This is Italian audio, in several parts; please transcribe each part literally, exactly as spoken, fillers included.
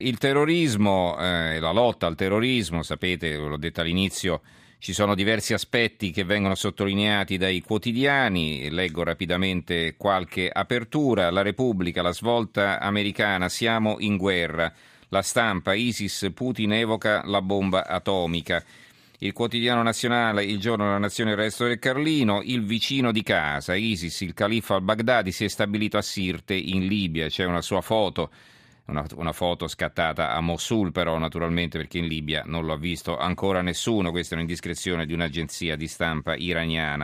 Il terrorismo e eh, la lotta al terrorismo, sapete, l'ho detto all'inizio, ci sono diversi aspetti che vengono sottolineati dai quotidiani. Leggo rapidamente qualche apertura. La Repubblica, la svolta americana, siamo in guerra. La Stampa, ISIS, Putin evoca la bomba atomica. Il Quotidiano Nazionale, Il Giorno della Nazione, Il Resto del Carlino, il vicino di casa, ISIS, il califfo al-Baghdadi, si è stabilito a Sirte in Libia. C'è una sua foto. Una, una foto scattata a Mosul, però naturalmente, perché in Libia non lo ha visto ancora nessuno. Questa è un'indiscrezione di un'agenzia di stampa iraniana.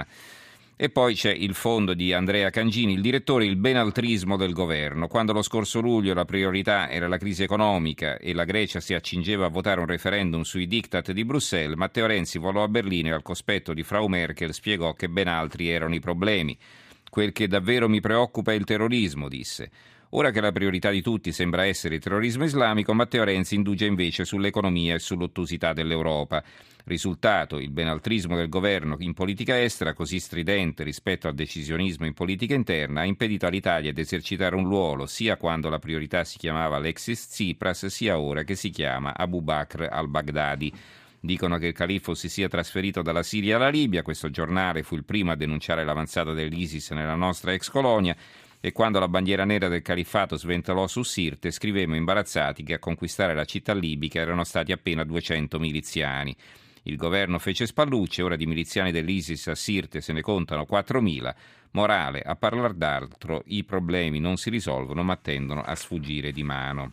E poi c'è il fondo di Andrea Cangini, il direttore, il benaltrismo del governo. Quando lo scorso luglio la priorità era la crisi economica e la Grecia si accingeva a votare un referendum sui diktat di Bruxelles, Matteo Renzi volò a Berlino e al cospetto di Frau Merkel spiegò che ben altri erano i problemi. Quel che davvero mi preoccupa è il terrorismo, disse. Ora che la priorità di tutti sembra essere il terrorismo islamico, Matteo Renzi indugia invece sull'economia e sull'ottusità dell'Europa. Risultato, il benaltrismo del governo in politica estera, così stridente rispetto al decisionismo in politica interna, ha impedito all'Italia di esercitare un ruolo sia quando la priorità si chiamava Alexis Tsipras, sia ora che si chiama Abu Bakr al-Baghdadi. Dicono che il califfo si sia trasferito dalla Siria alla Libia. Questo giornale fu il primo a denunciare l'avanzata dell'ISIS nella nostra ex colonia. E quando la bandiera nera del califfato sventolò su Sirte, scrivemmo imbarazzati che a conquistare la città libica erano stati appena duecento miliziani. Il governo fece spallucce, ora di miliziani dell'ISIS a Sirte se ne contano quattromila. Morale, a parlar d'altro, i problemi non si risolvono ma tendono a sfuggire di mano.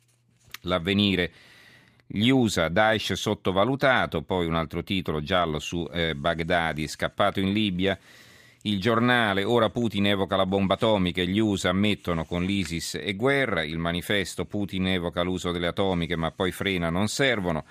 L'Avvenire, gli U S A, Daesh sottovalutato, poi un altro titolo giallo su eh, Baghdadi, scappato in Libia. Il Giornale, ora Putin evoca la bomba atomica e gli U S A ammettono con l'ISIS e guerra. Il Manifesto, Putin evoca l'uso delle atomiche ma poi frena, non servono.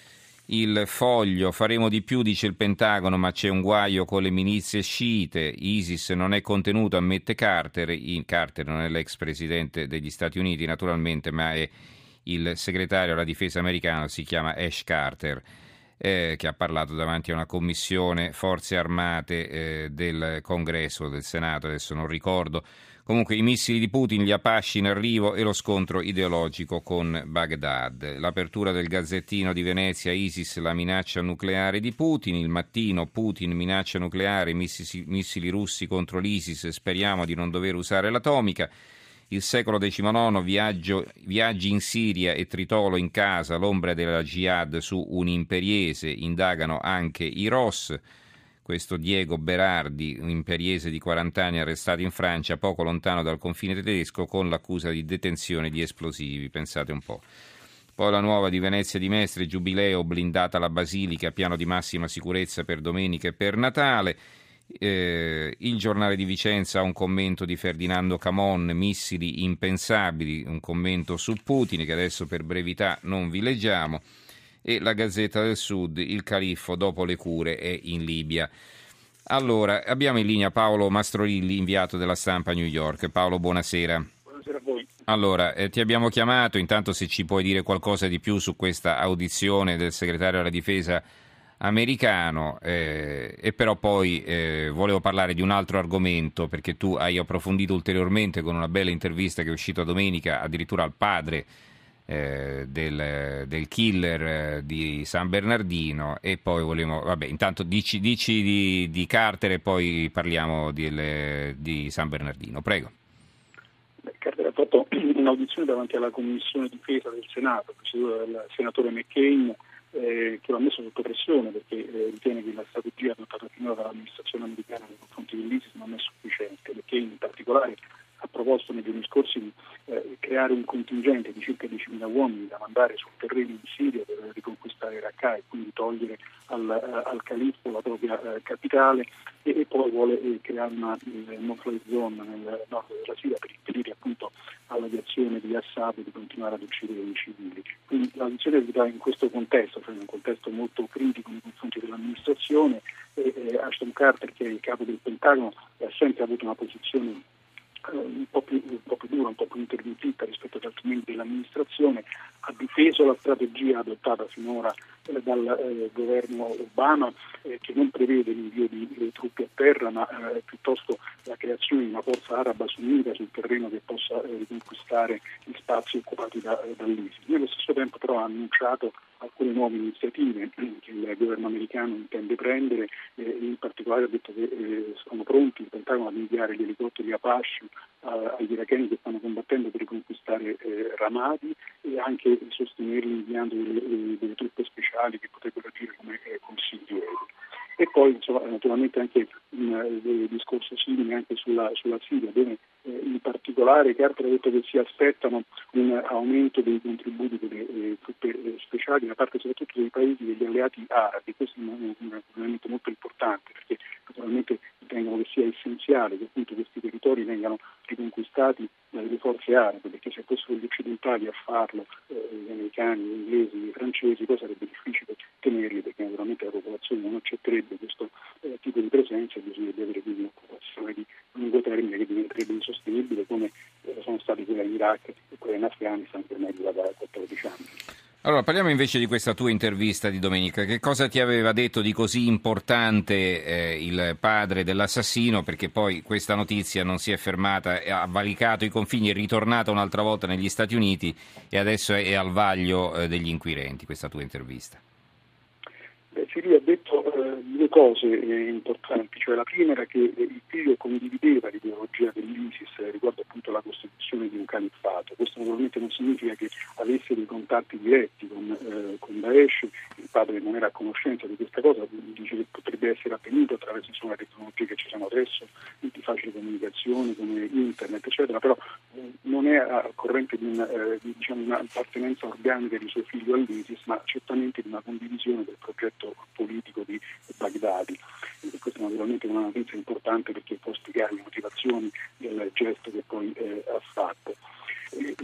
Il Foglio, faremo di più, dice il Pentagono, ma c'è un guaio con le milizie sciite. ISIS non è contenuto, ammette Carter. In Carter non è l'ex presidente degli Stati Uniti naturalmente, ma è il segretario alla difesa americano, si chiama Ash Carter. Eh, che ha parlato davanti a una commissione forze armate eh, del Congresso, del Senato, adesso non ricordo. Comunque i missili di Putin, gli Apache in arrivo e lo scontro ideologico con Baghdad. L'apertura del Gazzettino di Venezia, ISIS, la minaccia nucleare di Putin. Il Mattino, Putin, minaccia nucleare, missili, missili russi contro l'ISIS, speriamo di non dover usare l'atomica. Il Secolo diciannove, viaggio, viaggi in Siria e Tritolo in casa, l'ombra della Jihad su un imperiese, indagano anche i Ross. Questo Diego Berardi, un imperiese di quaranta anni arrestato in Francia, poco lontano dal confine tedesco, con l'accusa di detenzione di esplosivi, pensate un po'. Poi la nuova di Venezia di Mestre, Giubileo, blindata la Basilica, piano di massima sicurezza per domenica e per Natale. Eh, il Giornale di Vicenza ha un commento di Ferdinando Camon, missili impensabili, un commento su Putin che adesso per brevità non vi leggiamo, e la Gazzetta del Sud, il califfo dopo le cure è in Libia. Allora, abbiamo in linea Paolo Mastrorilli, inviato della Stampa a New York. Paolo, buonasera. Buonasera a voi. Allora, eh, ti abbiamo chiamato, intanto se ci puoi dire qualcosa di più su questa audizione del segretario della difesa americano, eh, e però poi eh, volevo parlare di un altro argomento, perché tu hai approfondito ulteriormente con una bella intervista che è uscita domenica addirittura al padre eh, del, del killer eh, di San Bernardino, e poi volevo, vabbè, intanto dici, dici di, di Carter e poi parliamo di, le, di San Bernardino, prego. Beh, Carter ha fatto un'audizione davanti alla Commissione Difesa del Senato, presieduta dal senatore McCain, Eh, che l'ha messo sotto pressione perché eh, ritiene che la strategia adottata finora dall'amministrazione americana nei confronti dell'ISIS non è sufficiente, perché in particolare ha proposto nei giorni scorsi di eh, creare un contingente di circa diecimila uomini da mandare sul terreno in Siria per riconquistare Raqqa e quindi togliere al, al califfo la propria eh, capitale, e, e poi vuole eh, creare una eh, no-fly zone nel nord della Siria per impedire appunto all'aviazione di Assad di continuare ad uccidere i civili. Quindi la decisione si dà in questo contesto, cioè in un contesto molto critico nei confronti dell'amministrazione, e eh, Ashton Carter, che è il capo del Pentagono, ha sempre avuto una posizione un po' più, un po' più dura, un po' più interventista rispetto ad altri membri dell'amministrazione, ha difeso la strategia adottata finora eh, dal eh, governo Obama, eh, che non prevede l'invio di eh, truppe a terra, ma eh, piuttosto la creazione di una forza araba sunnita sul terreno che possa eh, riconquistare gli spazi occupati da, eh, dall'ISIS. Nello stesso tempo però ha annunciato alcune nuove iniziative che il governo americano intende prendere, eh, in particolare ha detto che eh, sono pronti il Pentagono ad inviare gli elicotteri Apache eh, agli iracheni che stanno combattendo per riconquistare eh, Ramadi, e anche sostenerli inviando delle, eh, delle truppe speciali che potrebbero agire come eh, consiglio aereo. E poi insomma, naturalmente anche un uh, discorso simile anche sulla, sulla Siria, dove eh, in particolare Carter ha detto che si aspettano un aumento dei contributi delle eh, truppe eh, speciali da parte soprattutto dei paesi degli alleati arabi. Questo è un, un, un elemento molto importante, perché naturalmente ritengono che sia essenziale che appunto questi territori vengano riconquistati dalle forze arabe, perché se fossero gli occidentali a farlo, eh, gli americani, gli inglesi, i francesi, poi sarebbe difficile tenerli, perché naturalmente la popolazione non accetterebbe questo eh, tipo di presenza, e bisognerebbe avere quindi un'occupazione di lungo termine che diventerebbe insostenibile, come eh, sono stati quella in Iraq e quella in Afghanistan, che ormai dura da quattordici anni. Allora, parliamo invece di questa tua intervista di domenica. Che cosa ti aveva detto di così importante eh, il padre dell'assassino? Perché poi questa notizia non si è fermata, ha valicato i confini, è ritornata un'altra volta negli Stati Uniti e adesso è al vaglio eh, degli inquirenti, questa tua intervista. Beh, Ciri ha detto eh, due cose eh, importanti, cioè la prima era che eh, il figlio condivideva l'ideologia dell'ISIS eh, riguardo appunto alla costituzione di un califfato. Questo naturalmente non significa che avesse dei contatti diretti con, eh, con Daesh, il padre non era a conoscenza di questa cosa, dice che potrebbe essere avvenuto attraverso insomma, le tecnologie che ci sono adesso, di facile comunicazione come internet eccetera, però eh, non è al corrente di, un, eh, di diciamo, un'appartenenza organica di suo figlio all'ISIS, ma certamente di una condivisione del progetto politico di Baghdadi. E questa è naturalmente una notizia importante, perché può spiegare le motivazioni del gesto che poi eh, ha fatto. E,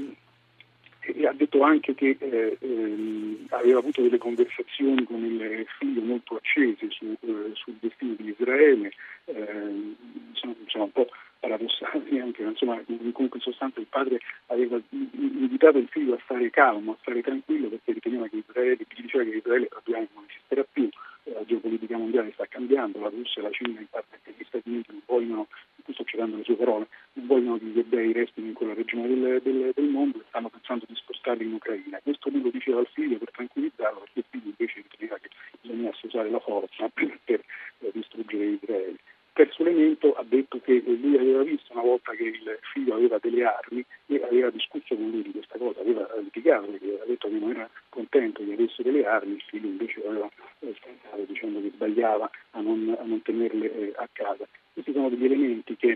e ha detto anche che eh, ehm, aveva avuto delle conversazioni con il figlio molto accese su, eh, sul destino di Israele, eh, sono, sono un po' paradossali anche, insomma, comunque in sostanza il padre aveva invitato il figlio a stare calmo, a stare tranquillo, perché riteneva che Israele, gli diceva che Israele praticamente non esisterà più, la geopolitica mondiale sta cambiando, la Russia e la Cina, in parte anche gli Stati Uniti, non vogliono, qui sto citando le sue parole, non vogliono che gli ebrei restino in quella regione del, del, del mondo e stanno pensando di spostarli in Ucraina. Questo lui lo diceva al figlio per tranquillizzarlo, perché il figlio invece riteneva che bisognasse usare la forza per, per eh, distruggere Israele. Terzo elemento, ha detto che lui aveva visto una volta che il figlio aveva delle armi e aveva discusso con lui di questa cosa, aveva litigato perché aveva detto che non era contento che avesse delle armi, il figlio invece aveva stancato dicendo che sbagliava a non, a non tenerle eh, a casa. Questi sono degli elementi che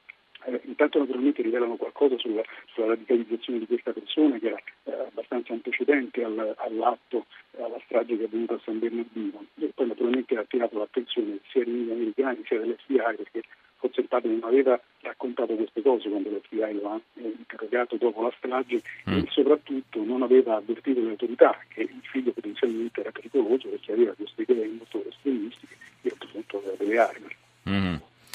eh, intanto naturalmente rivelano qualcosa sulla, sulla radicalizzazione di questa persona, che era eh, abbastanza antecedente al, all'atto, alla strage che è avvenuta a San Bernardino, e poi naturalmente ha attirato l'attenzione sia dei media americani sia dell'F B I, perché forse il padre non aveva raccontato queste cose quando l'F B I lo ha eh, interrogato dopo la strage, mm. e soprattutto non aveva avvertito le autorità che il figlio potenzialmente era pericoloso, perché aveva queste idee molto estremistiche e appunto aveva delle armi. Mm.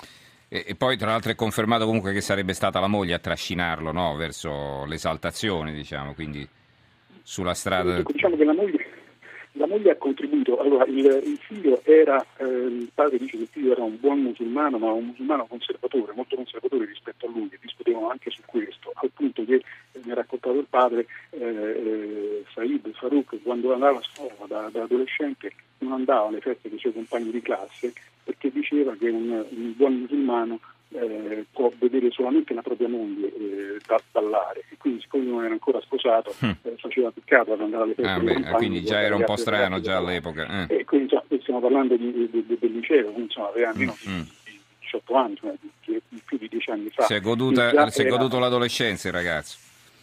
E, e poi tra l'altro è confermato comunque che sarebbe stata la moglie a trascinarlo, no? Verso l'esaltazione, diciamo, quindi sulla strada. Ecco, diciamo che la moglie, la moglie ha contribuito. Allora il, il figlio era, eh, il padre dice che il figlio era un buon musulmano, ma un musulmano conservatore, molto conservatore rispetto a lui, e discutevano anche su questo, al punto che eh, mi ha raccontato il padre, eh, eh, Said Farouk, quando andava a scuola da, da adolescente non andava alle feste dei suoi compagni di classe, perché diceva che un, un buon musulmano eh, può vedere solamente la propria moglie eh, da, ballare, e quindi siccome non era ancora sposato mm. eh, faceva peccato ad andare alle feste ah, dei beh, compagni. Quindi già era un po' strano già all'epoca. Eh. E quindi insomma, stiamo parlando di, di, di, del liceo, quindi insomma aveva almeno mm. di, di diciotto anni, cioè, di, di, più di dieci anni fa. Si è, goduta, si è era... goduto l'adolescenza il ragazzo.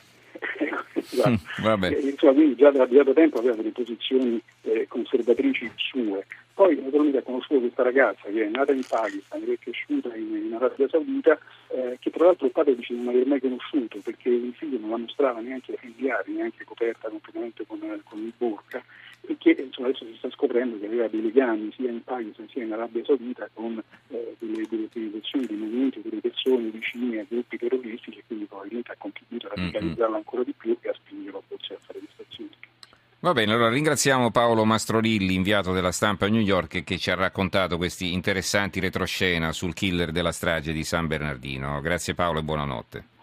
Esatto. Vabbè. Eh, insomma, quindi già da, già da tempo aveva delle posizioni eh, conservatrici sue. Poi naturalmente ha conosciuto questa ragazza che è nata in Pakistan ed è cresciuta in, in Arabia Saudita, eh, che tra l'altro il padre dice di non aver mai conosciuto, perché il figlio non la mostrava neanche ai familiari, neanche coperta completamente con, con il burqa, e che insomma, adesso si sta scoprendo che aveva dei legami sia in Pakistan sia in Arabia Saudita con eh, delle, delle organizzazioni, dei movimenti, delle persone vicine a gruppi terroristici, e quindi probabilmente ha contribuito a radicalizzarla ancora di più e a spingerlo forse a fare queste azioni. Va bene, allora ringraziamo Paolo Mastrorilli, inviato della Stampa a New York, che ci ha raccontato questi interessanti retroscena sul killer della strage di San Bernardino. Grazie Paolo e buonanotte.